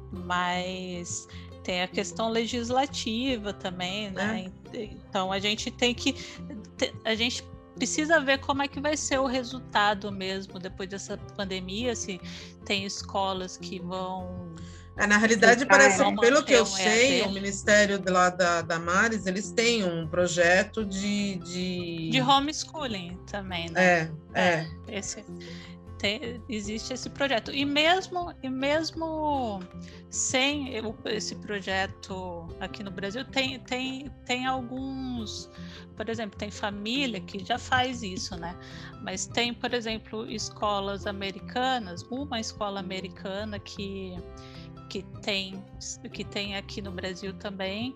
Mas tem a questão legislativa também, né? É. Então, a gente tem que... A gente precisa ver como é que vai ser o resultado mesmo depois dessa pandemia, se tem escolas que vão... É, na realidade, parece, pelo que eu um sei, o Ministério de lá da, da Maris, eles têm um projeto de... De, de homeschooling também, né? É, é. é esse, tem, existe esse projeto. E mesmo, e mesmo sem esse projeto aqui no Brasil, tem, tem, tem alguns... Por exemplo, tem família que já faz isso, né? Mas tem, por exemplo, escolas americanas, uma escola americana que... que tem, que tem aqui no Brasil também,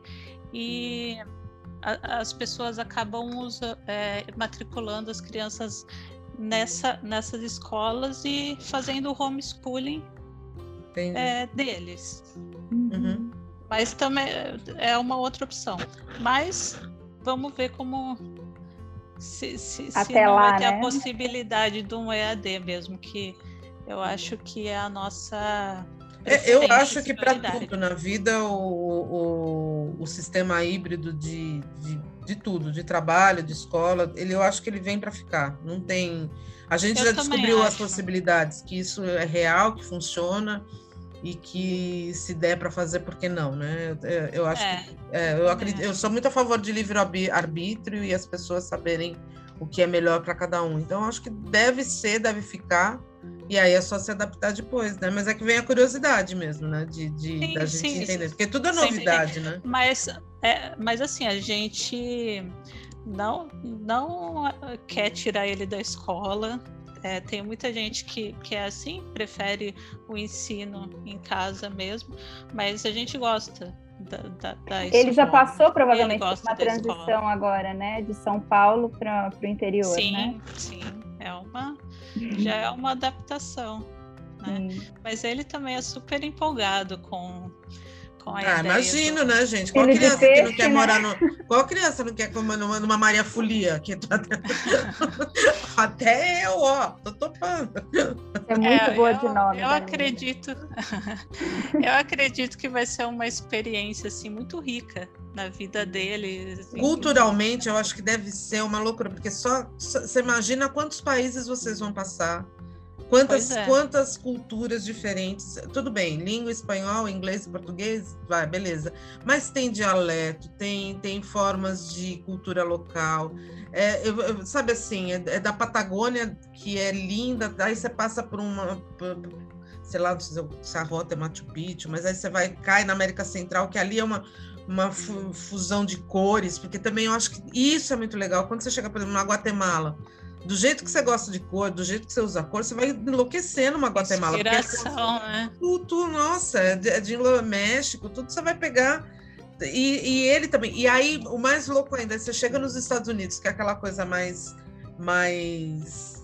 e a, as pessoas acabam usa, é, matriculando as crianças nessa, nessas escolas e fazendo o homeschooling é, deles. Uhum. Mas também é uma outra opção. Mas vamos ver como se, se, se não lá, vai ter né? a possibilidade de um E A D mesmo, que eu acho que é a nossa... É, eu acho que para tudo na vida o, o, o sistema híbrido de, de, de tudo, de trabalho, de escola, ele, eu acho que ele vem para ficar. Não tem. A gente eu já descobriu acho. as possibilidades, que isso é real, que funciona e que se der para fazer, por que não, né? Eu, eu acho é, que é, eu acredito, eu sou muito a favor de livre arbítrio e as pessoas saberem o que é melhor para cada um. Então, eu acho que deve ser, deve ficar. E aí é só se adaptar depois, né? Mas é que vem a curiosidade mesmo, né? De, de sim, da gente sim, entender. sim. Porque tudo é novidade, sim, né? Mas, é, mas assim, a gente não, não quer tirar ele da escola. É, tem muita gente que, que é assim, prefere o ensino em casa mesmo. Mas a gente gosta da, da, da escola. Ele já passou provavelmente por uma transição escola. agora, né? De São Paulo para o interior, sim, né? Sim, sim. É uma... já é uma adaptação, né? Mas ele também é super empolgado com, com a Ah, ideia imagino, do... né, gente? Qual Filho de criança que não peixe, quer né? morar no... Qual criança não quer comer numa, numa Maria Folia? Que tá... Até eu, ó, tô topando. É muito É, boa eu, de nome. eu da acredito, eu acredito que vai ser uma experiência assim muito rica na vida deles. Assim, Culturalmente, eu acho que deve ser uma loucura, porque só, só você imagina quantos países vocês vão passar, quantas, é. quantas culturas diferentes. Tudo bem, língua espanhol, inglês e português, vai, beleza. Mas tem dialeto, tem, tem formas de cultura local. É, eu, eu, sabe assim, é, é da Patagônia, que é linda, aí você passa por uma... Por, sei lá, se a rota é Machu Picchu, mas aí você vai, cai na América Central, que ali é uma... uma fusão de cores, porque também eu acho que isso é muito legal. Quando você chega, por exemplo, na Guatemala, do jeito que você gosta de cor, do jeito que você usa a cor, você vai enlouquecer numa Guatemala. Inspiração, né? Tudo, nossa, é de, é de México, tudo você vai pegar. E, e ele também. E aí, o mais louco ainda, é você chega nos Estados Unidos, que é aquela coisa mais... mais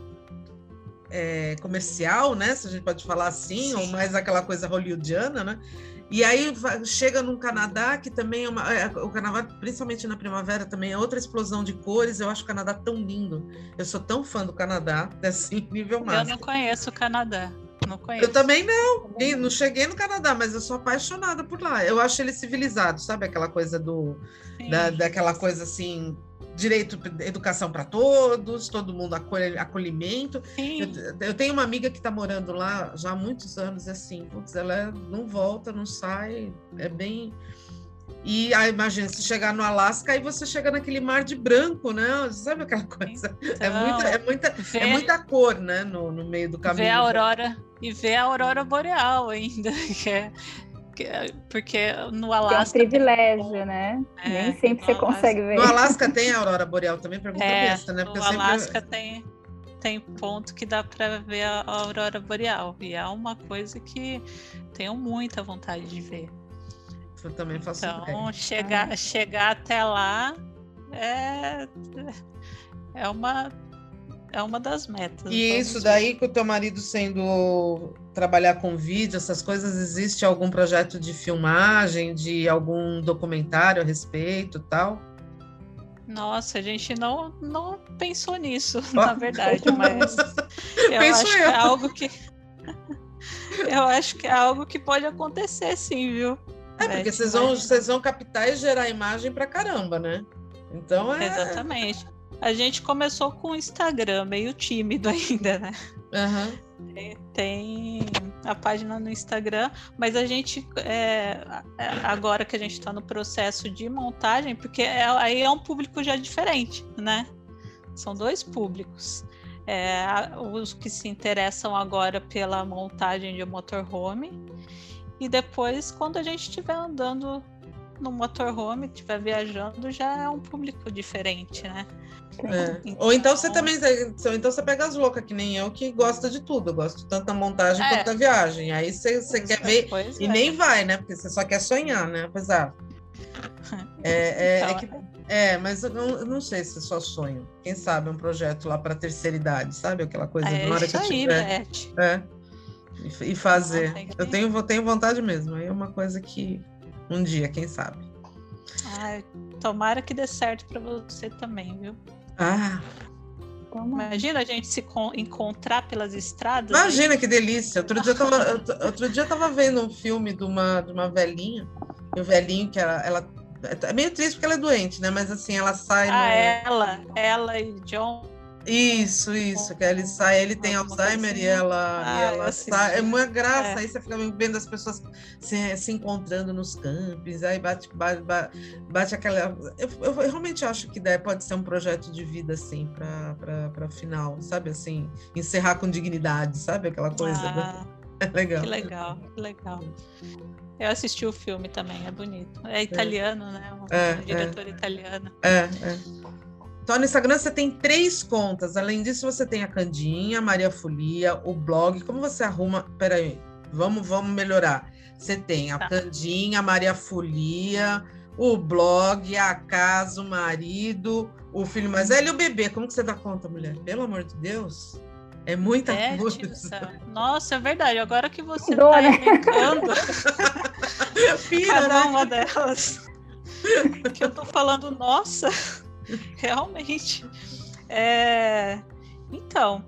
é, comercial, né? Se a gente pode falar assim, Sim. ou mais aquela coisa hollywoodiana, né? E aí chega num Canadá, que também é uma... É, o Canadá, principalmente na primavera, também é outra explosão de cores. Eu acho o Canadá tão lindo. Eu sou tão fã do Canadá, assim, nível máximo. Eu não conheço o Canadá. Não conheço. Eu também não. Eu não cheguei no Canadá, mas eu sou apaixonada por lá. Eu acho ele civilizado, sabe? Aquela coisa do... Da, daquela coisa assim... Direito, educação para todos, todo mundo acolhe, acolhimento. Eu, eu tenho uma amiga que está morando lá já há muitos anos, assim, putz, ela não volta, não sai, é bem... E aí, imagina, se chegar no Alasca, aí você chega naquele mar de branco, né? Sabe aquela coisa? Então, é, muita, é, muita, vê, é muita cor, né? No, no meio do caminho. Ver a aurora, e ver a aurora boreal ainda, que é... Porque no Alasca... É um privilégio, tem... né? É, nem sempre você Alasca... consegue ver. No Alasca tem a aurora boreal também? Pergunta é, besta, né? Porque no Alasca sempre... tem, tem ponto que dá para ver a aurora boreal. E é uma coisa que tenho muita vontade de ver. Eu também faço Então, ideia. chegar, chegar até lá é, é, uma, é uma das metas. E isso daí, com o teu marido sendo... trabalhar com vídeo, essas coisas, existe algum projeto de filmagem, de algum documentário a respeito e tal? Nossa, a gente não, não pensou nisso, oh. na verdade, mas eu Penso acho eu. que é algo que eu acho que é algo que pode acontecer, sim, viu? É, porque é, vocês, vão, vocês vão captar e gerar imagem pra caramba, né? Então é... Exatamente. A gente começou com o Instagram, meio tímido ainda, né? Uhum. Tem, tem a página no Instagram, mas a gente, é, agora que a gente está no processo de montagem, porque é, aí é um público já diferente, né? São dois públicos. É, os que se interessam agora pela montagem de motorhome, e depois, quando a gente estiver andando no motorhome, estiver viajando, já é um público diferente, né? É. Então, ou então você também, ou então você pega as loucas, que nem eu, que gosta de tudo. Eu gosto tanto da montagem é. quanto da viagem. Aí você, você quer ver e é. nem vai, né? Porque você só quer sonhar, né? Apesar. É, é, então, é, que, é mas eu não, eu não sei se é só sonho. Quem sabe um projeto lá para terceira idade, sabe? Aquela coisa é, na hora que eu tiver. É. E, e fazer. Não, eu tenho, eu tenho vontade mesmo. Aí é uma coisa que um dia, quem sabe. Ai, tomara que dê certo para você também, viu? Ah. Imagina a gente se encontrar pelas estradas. Imagina aí. Que delícia. Outro dia eu tava, outro dia eu tava vendo um filme de uma, de uma velhinha. E o velhinho que ela, ela. É meio triste porque ela é doente, né? Mas assim, ela sai. Ah, no... ela, ela e John. Isso, isso, que ele sai, ele tem Alzheimer e ela, ah, e ela sai, é uma graça, é. Aí você fica vendo as pessoas se, se encontrando nos campos, aí bate, bate, bate aquela... Eu, eu realmente acho que deve, pode ser um projeto de vida, assim, para final, sabe, assim, encerrar com dignidade, sabe, aquela coisa. Ah, é legal. Que legal, que legal. Eu assisti o filme também, é bonito. É italiano, é. né, um, é, um diretor é. italiano. É, é. Então, no Instagram você tem três contas. Além disso, você tem a Candinha, a Maria Folia, o blog. Como você arruma... Peraí, vamos, vamos melhorar. Você tem a tá. Candinha, a Maria Folia, o blog, a casa, o marido, o filho mais velho e o bebê. Como que você dá conta, mulher? Pelo amor de Deus. É muita Bete, coisa. Nossa, é verdade. Agora que você Dó, tá né? elencando Pira, cada né? uma delas, que eu tô falando, nossa, realmente. É... Então,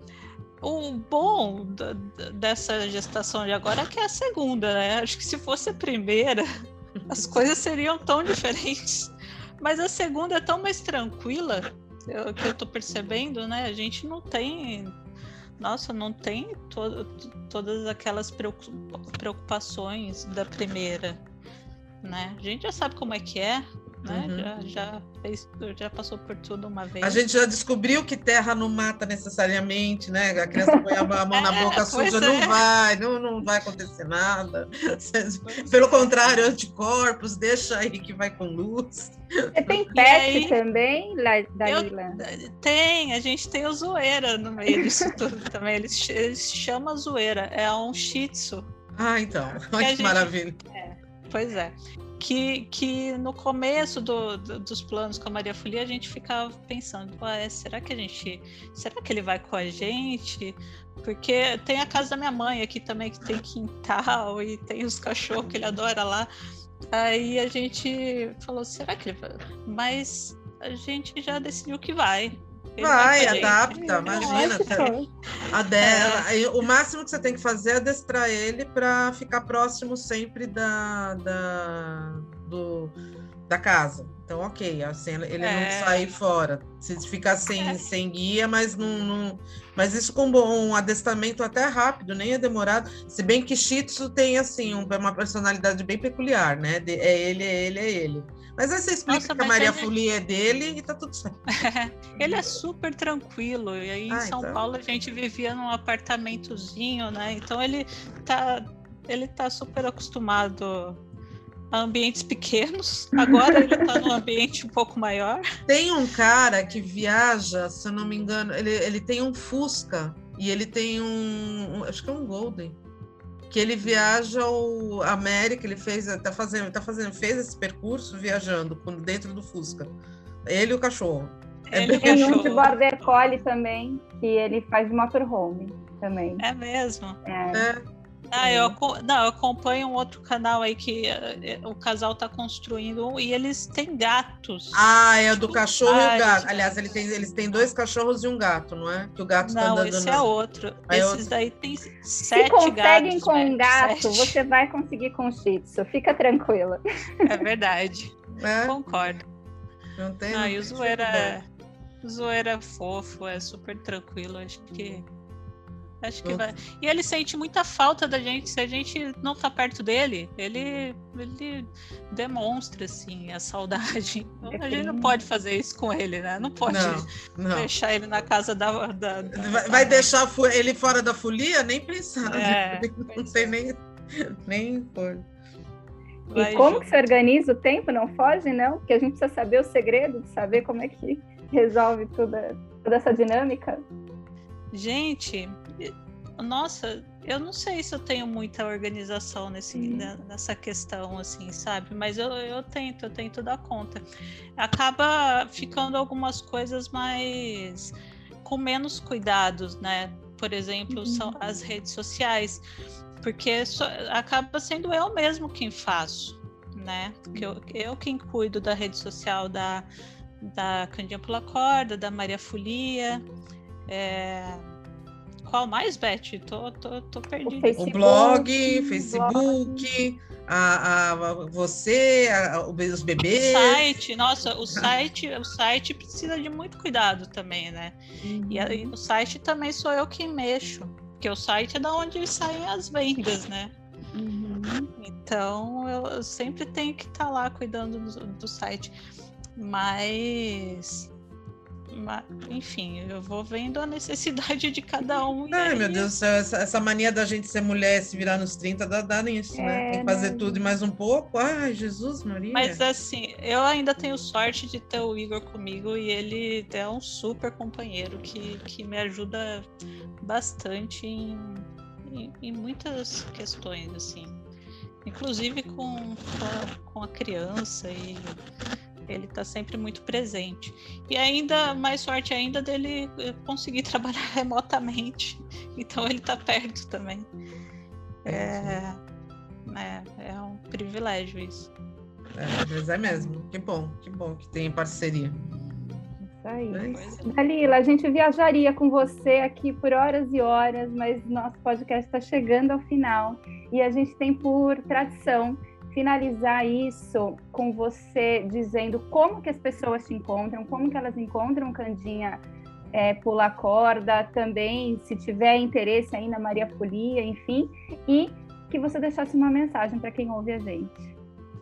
o bom da- da- dessa gestação de agora é que é a segunda, né? Acho que se fosse a primeira, as coisas seriam tão diferentes. Mas a segunda é tão mais tranquila, eu- que eu tô percebendo, né? A gente não tem... Nossa, não tem to- todas aquelas preocupa- preocupações da primeira, né? A gente já sabe como é que é, né? Uhum. Já, já, fez, já passou por tudo uma vez. A gente já descobriu que terra não mata necessariamente, né? A criança põe a mão na É, boca pois suja, é. não vai, não, não vai acontecer nada. Pois Pelo é. contrário, anticorpos, deixa aí que vai com luz. Você tem E pet aí, também, La- eu, Dalila? tem, a gente tem o Zoeira no meio disso tudo também. Eles, ch- eles chamam Zoeira, é um Shih Tzu. Ah, então, Que olha a que gente- maravilha. Pois é. Que, que no começo do, do- dos planos com a Maria Folia, a gente ficava pensando, Ué, será que a gente. Será que ele vai com a gente? Porque tem a casa da minha mãe aqui também, que tem quintal e tem os cachorros que ele adora lá. Aí a gente falou, será que ele vai? Mas a gente já decidiu que vai. Ele Vai, com a gente. adapta, imagina. Nossa, A de- aí o máximo que você tem que fazer é adestrar ele para ficar próximo sempre da, da, do, da casa. Então, ok, assim, ele É. não sai fora. Se ficar sem, É. sem guia, mas não, não- mas isso com bom- um adestramento até rápido, nem é demorado. Se bem que Shih Tzu tem assim um- uma personalidade bem peculiar, né? De- é ele, é ele, é ele. Mas aí você explica Nossa, que a mas Maria ele- Folia é dele e tá tudo certo. Ele é super tranquilo. E aí em Ah, São então. Paulo a gente vivia num apartamentozinho, né? Então ele tá, ele tá super acostumado a ambientes pequenos. Agora ele tá num ambiente um pouco maior. Tem um cara que viaja, se eu não me engano, ele, ele tem um Fusca e ele tem um, um- acho que é um Golden, que ele viaja o a América, ele fez, tá fazendo, tá fazendo, fez esse percurso viajando com- dentro do Fusca. Ele e o cachorro. É Ele bem- e o tem um de cachorro. Border Collie também, que ele faz motorhome também. É mesmo. É. É, Ah, eu, aco- não, eu acompanho um outro canal aí que eh, o casal tá construindo um, e eles têm gatos. Ah, é o do cachorro e o vários gato. Aliás, gatos. ele tem, eles têm dois cachorros e um gato, não é? Que o gato tá Não, andando esse na... é outro. Aí é Esses outro. daí tem Se sete conseguem gatos. com um velho, gato, sete. você vai conseguir com o Shih Tzu. Fica tranquila. É verdade. É, Concordo. não tem. Não, não e o tem Zoeira jeito, é, o Zoeira é fofo, é super tranquilo. Acho que. Acho que Não. vai. E ele sente muita falta da gente. Se a gente não tá perto dele, ele, ele demonstra, assim, a saudade. A gente não pode fazer isso com ele, né? Não pode Não, não. deixar ele na casa da. da, da Vai, da vai mãe. deixar fu- ele fora da folia? Nem pensar. É, não pois tem é. nem, nem por. Vai, e como Ju. que se organiza o tempo? Não foge, não? Porque a gente precisa saber o segredo de saber como é que resolve toda, toda essa dinâmica. Gente, nossa, eu não sei se eu tenho muita organização nesse, Hum. ne- nessa questão, assim, sabe? Mas eu, eu tento, eu tento dar conta. Acaba ficando algumas coisas mais com menos cuidados, né? Por exemplo, Uhum. são as redes sociais, porque só- acaba sendo eu mesmo quem faço, né? Porque eu, eu quem cuido da rede social da, da Candinha Pula Corda, da Maria Folia. É... Qual mais, Beth? Tô, tô, tô perdida. O Facebook, blog, blog. Facebook, a, a, você, a- os O bebês. site, nossa, o site, o site precisa de muito cuidado também, né? E aí, o site também sou eu quem mexo, porque o site é da onde saem as vendas, né? Uhum. Então eu, eu sempre tenho que estar lá cuidando do, do site, mas, ma- enfim, eu vou vendo a necessidade de cada um. e Ai, aí- meu Deus do céu, essa, essa mania da gente ser mulher, se virar nos trinta, dá, dá nisso, né? É, Tem que fazer né? tudo e mais um pouco. Ai, Jesus Maria. Mas assim, eu ainda tenho sorte de ter o Igor comigo e ele é um super companheiro que, que me ajuda bastante em, em, em muitas questões, assim. Inclusive com, com, a, com a criança e Ele está sempre muito presente. E ainda, mais sorte ainda dele conseguir trabalhar remotamente. Então ele está perto também. É, é, é um privilégio isso. É, mas é mesmo. Que bom, que bom que tem parceria. Isso aí. Mas... Dalila, a gente viajaria com você aqui por horas e horas, mas nosso podcast está chegando ao final. E a gente tem por tradição finalizar isso com você dizendo como que as pessoas se encontram, como que elas encontram Candinha é, Pula Corda, também se tiver interesse aí na Maria Folia, enfim, e que você deixasse uma mensagem para quem ouve a gente.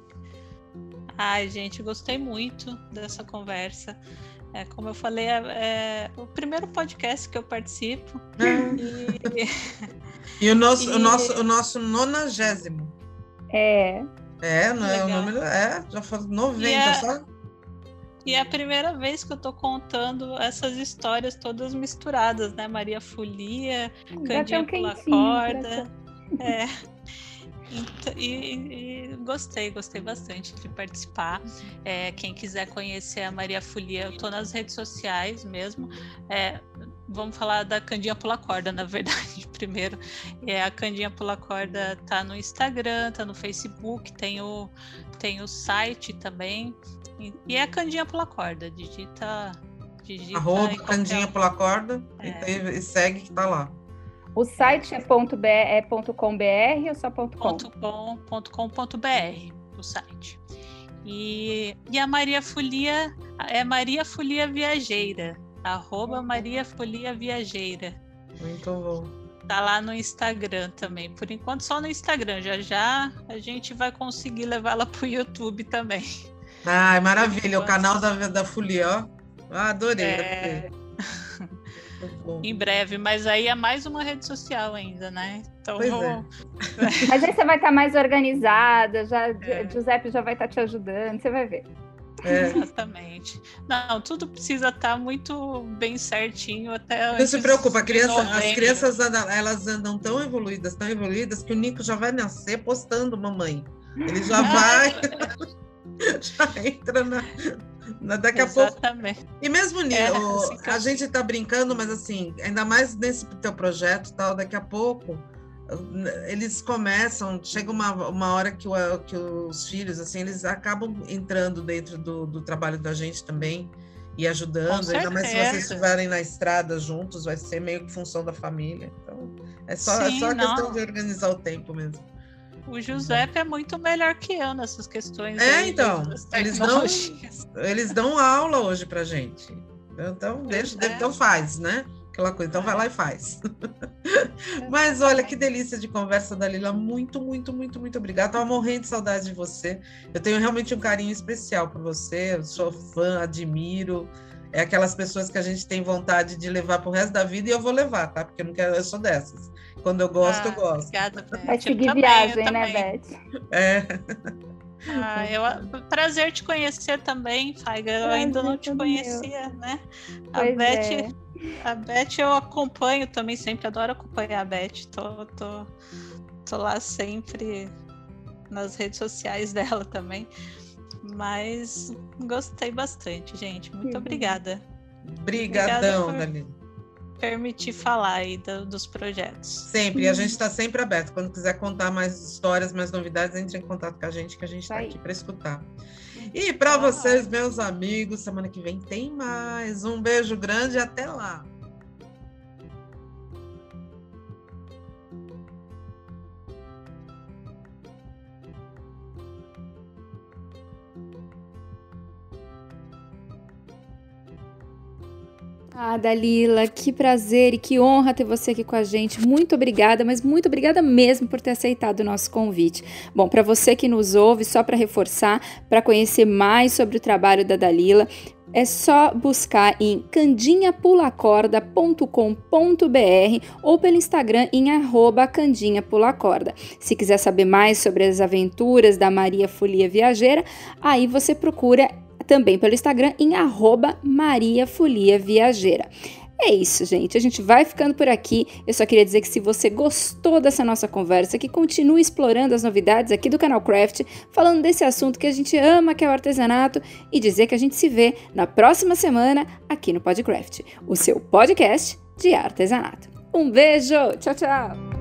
Ai, gente, gostei muito dessa conversa. É, como eu falei, é, é o primeiro podcast que eu participo. É. E, e o nosso, e... o nosso, o nosso nonagésimo. É. É, não é o número, é, já foi noventa, e é, só. E é a primeira vez que eu tô contando essas histórias todas misturadas, né? Maria Folia, Candinha Pula Corda. É. E, e, e gostei, gostei bastante de participar. É, quem quiser conhecer a Maria Folia, eu tô nas redes sociais mesmo. É, vamos falar da Candinha Pula Corda, na verdade, primeiro. É, a Candinha Pula Corda tá no Instagram, tá no Facebook, tem o, tem o site também. E, e é a Candinha Pula Corda, digita... digita Arroba Candinha Pula Corda é. e, e segue que tá lá. O site é ponto b é ponto com br ou só ponto com? .com, ponto com ponto br, o site. E, e a Maria Folia é Maria Folia Viajeira, arroba Maria Folia Viajeira. Muito bom. Tá lá no Instagram também. Por enquanto só no Instagram, já já a gente vai conseguir levá-la pro YouTube também. Ai, maravilha, o canal da, da Folia, ó. Ah, adorei. É... Em breve, mas aí é mais uma rede social ainda, né? Então pois vou... é. Mas aí você vai estar mais organizada, já, é. Giuseppe já vai estar te ajudando, você vai ver. É. Exatamente. Não, tudo precisa estar muito bem certinho até. Não se preocupa, a criança, as crianças andam, elas andam tão evoluídas, tão evoluídas, que o Nico já vai nascer postando mamãe. Ele já vai. Já entra na. Daqui a Exatamente. pouco. E mesmo nisso, é, assim a eu... gente tá brincando, mas assim, ainda mais nesse teu projeto e tal, daqui a pouco eles começam, chega uma, uma hora que, o, que os filhos, assim, eles acabam entrando dentro do, do trabalho da gente também e ajudando, ainda mais se vocês estiverem na estrada juntos, vai ser meio que função da família. Então, é só, Sim, é só a questão de organizar o tempo mesmo. O Giuseppe é muito melhor que eu nessas questões. É, então, eles dão, eles dão aula hoje pra gente. Então, deixa, é. então faz, né? Aquela coisa, então vai lá e faz. Mas olha, que delícia de conversa, Dalila. Muito, muito, muito, muito obrigada. Tava morrendo de saudade de você. Eu tenho realmente um carinho especial por você. Eu sou fã, admiro. É aquelas pessoas que a gente tem vontade de levar pro resto da vida e eu vou levar, tá? Porque eu não quero, eu sou dessas. Quando eu gosto, ah, eu gosto. Obrigada, Beth. Vai seguir também, viagem, né, Beth? É. Ah, eu, prazer te conhecer também, Faiga. Eu prazer ainda não te conhecia, meu. né? A pois Beth, é. a Beth eu acompanho também, sempre adoro acompanhar a Beth. Tô, tô, tô lá sempre nas redes sociais dela também. Mas gostei bastante, gente. Muito Sim. obrigada. Obrigadão, Dalila. Permitir falar aí do, dos projetos. Sempre, a gente está sempre aberto. Quando quiser contar mais histórias, mais novidades, entre em contato com a gente, que a gente está aqui para escutar. E para vocês, meus amigos, semana que vem tem mais. Um beijo grande e até lá. Ah, Dalila, que prazer e que honra ter você aqui com a gente. Muito obrigada, mas muito obrigada mesmo por ter aceitado o nosso convite. Bom, para você que nos ouve, só para reforçar, para conhecer mais sobre o trabalho da Dalila, é só buscar em candinha pula corda ponto com ponto br ou pelo Instagram em arroba candinha pula corda. Se quiser saber mais sobre as aventuras da Maria Folia Viajeira, aí você procura também pelo Instagram em arroba Maria Folia Viajeira. É isso, gente. A gente vai ficando por aqui. Eu só queria dizer que se você gostou dessa nossa conversa, que continue explorando as novidades aqui do canal Craft, falando desse assunto que a gente ama, que é o artesanato, e dizer que a gente se vê na próxima semana aqui no PodCraft, o seu podcast de artesanato. Um beijo! Tchau, tchau!